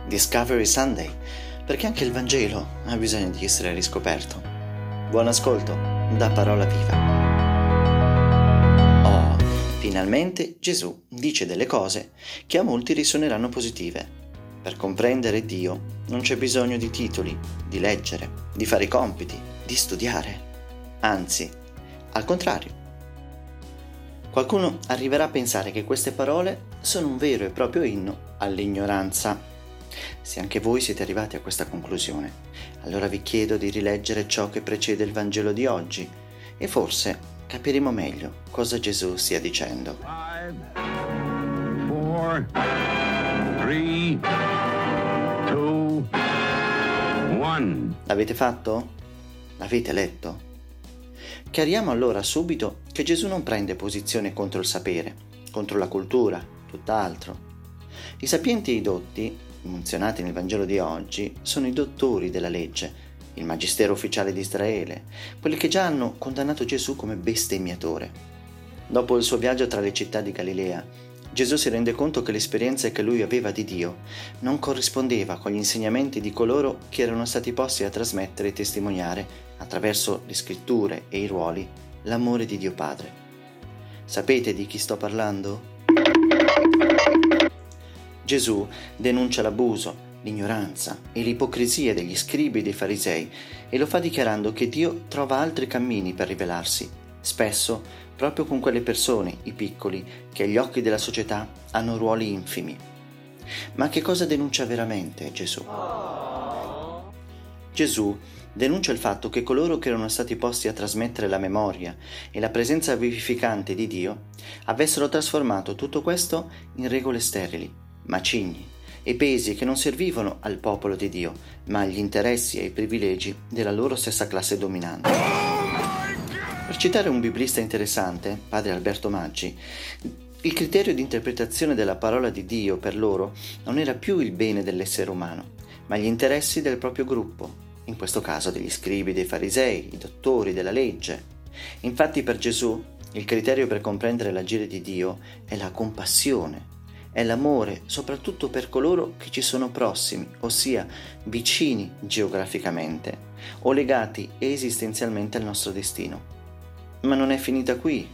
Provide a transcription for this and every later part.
Discovery Sunday, perché anche il Vangelo ha bisogno di essere riscoperto. Buon ascolto da Parola Viva. Oh, finalmente Gesù dice delle cose che a molti risuoneranno positive. Per comprendere Dio non c'è bisogno di titoli, di leggere, di fare i compiti, di studiare. Anzi, al contrario. Qualcuno arriverà a pensare che queste parole sono un vero e proprio inno all'ignoranza. Se anche voi siete arrivati a questa conclusione, allora vi chiedo di rileggere ciò che precede il Vangelo di oggi e forse capiremo meglio cosa Gesù stia dicendo. 5, 4, 3, 2, 1. L'avete fatto? L'avete letto? Chiariamo allora subito che Gesù non prende posizione contro il sapere, contro la cultura, tutt'altro. I sapienti e i dotti, menzionati nel Vangelo di oggi, sono i dottori della legge, il magistero ufficiale di Israele, quelli che già hanno condannato Gesù come bestemmiatore. Dopo il suo viaggio tra le città di Galilea, Gesù si rende conto che l'esperienza che lui aveva di Dio non corrispondeva con gli insegnamenti di coloro che erano stati posti a trasmettere e testimoniare, attraverso le scritture e i ruoli, l'amore di Dio Padre. Sapete di chi sto parlando? Gesù denuncia l'abuso, l'ignoranza e l'ipocrisia degli scribi e dei farisei e lo fa dichiarando che Dio trova altri cammini per rivelarsi, spesso proprio con quelle persone, i piccoli, che agli occhi della società hanno ruoli infimi. Ma che cosa denuncia veramente Gesù? Gesù denuncia il fatto che coloro che erano stati posti a trasmettere la memoria e la presenza vivificante di Dio avessero trasformato tutto questo in regole sterili, macigni e pesi che non servivano al popolo di Dio, ma agli interessi e ai privilegi della loro stessa classe dominante. Per citare un biblista interessante, padre Alberto Maggi, il criterio di interpretazione della parola di Dio per loro non era più il bene dell'essere umano, ma gli interessi del proprio gruppo, in questo caso degli scribi, dei farisei, i dottori della legge. Infatti per Gesù il criterio per comprendere l'agire di Dio è la compassione, è l'amore soprattutto per coloro che ci sono prossimi, ossia vicini geograficamente o legati esistenzialmente al nostro destino. Ma non è finita qui.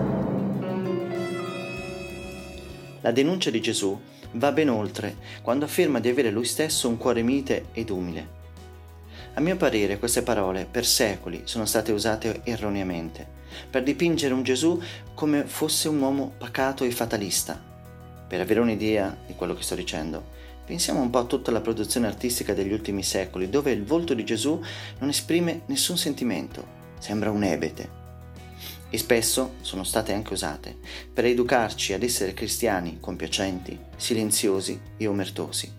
La denuncia di Gesù va ben oltre quando afferma di avere lui stesso un cuore mite ed umile. A mio parere queste parole per secoli sono state usate erroneamente per dipingere un Gesù come fosse un uomo pacato e fatalista. Per avere un'idea di quello che sto dicendo, pensiamo un po' a tutta la produzione artistica degli ultimi secoli, dove il volto di Gesù non esprime nessun sentimento, sembra un ebete. E spesso sono state anche usate per educarci ad essere cristiani compiacenti, silenziosi e omertosi.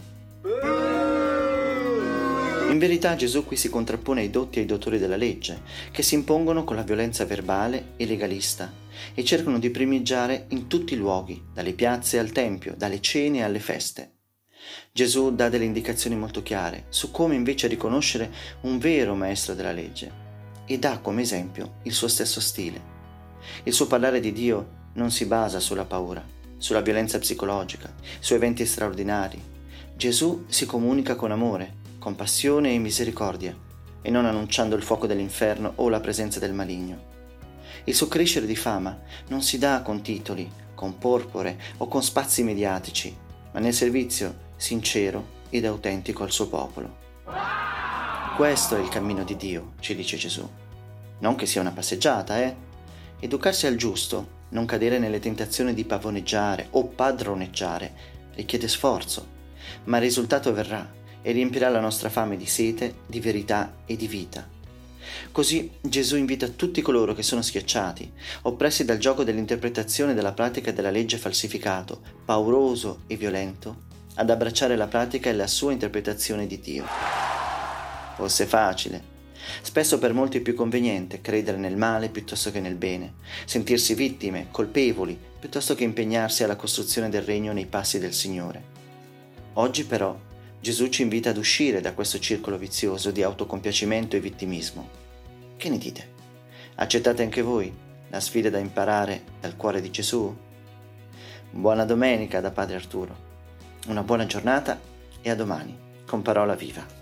In verità Gesù qui si contrappone ai dotti e ai dottori della legge, che si impongono con la violenza verbale e legalista e cercano di primeggiare in tutti i luoghi, dalle piazze al tempio, dalle cene alle feste. Gesù dà delle indicazioni molto chiare su come invece riconoscere un vero maestro della legge e dà come esempio il suo stesso stile. Il suo parlare di Dio non si basa sulla paura, sulla violenza psicologica, su eventi straordinari. Gesù si comunica con amore, compassione e misericordia, e non annunciando il fuoco dell'inferno o la presenza del maligno. Il suo crescere di fama non si dà con titoli, con porpore o con spazi mediatici, ma nel servizio sincero ed autentico al suo popolo. Questo è il cammino di Dio, ci dice Gesù. Non che sia una passeggiata, Educarsi al giusto, non cadere nelle tentazioni di pavoneggiare o padroneggiare, richiede sforzo, ma il risultato verrà e riempirà la nostra fame di sete, di verità e di vita. Così Gesù invita tutti coloro che sono schiacciati, oppressi dal gioco dell'interpretazione della pratica della legge falsificato, pauroso e violento, ad abbracciare la pratica e la sua interpretazione di Dio. Fosse facile. Spesso per molti è più conveniente credere nel male piuttosto che nel bene, sentirsi vittime, colpevoli, piuttosto che impegnarsi alla costruzione del regno nei passi del Signore. Oggi però Gesù ci invita ad uscire da questo circolo vizioso di autocompiacimento e vittimismo. Che ne dite? Accettate anche voi la sfida da imparare dal cuore di Gesù? Buona domenica da Padre Arturo. Una buona giornata e a domani con Parola Viva.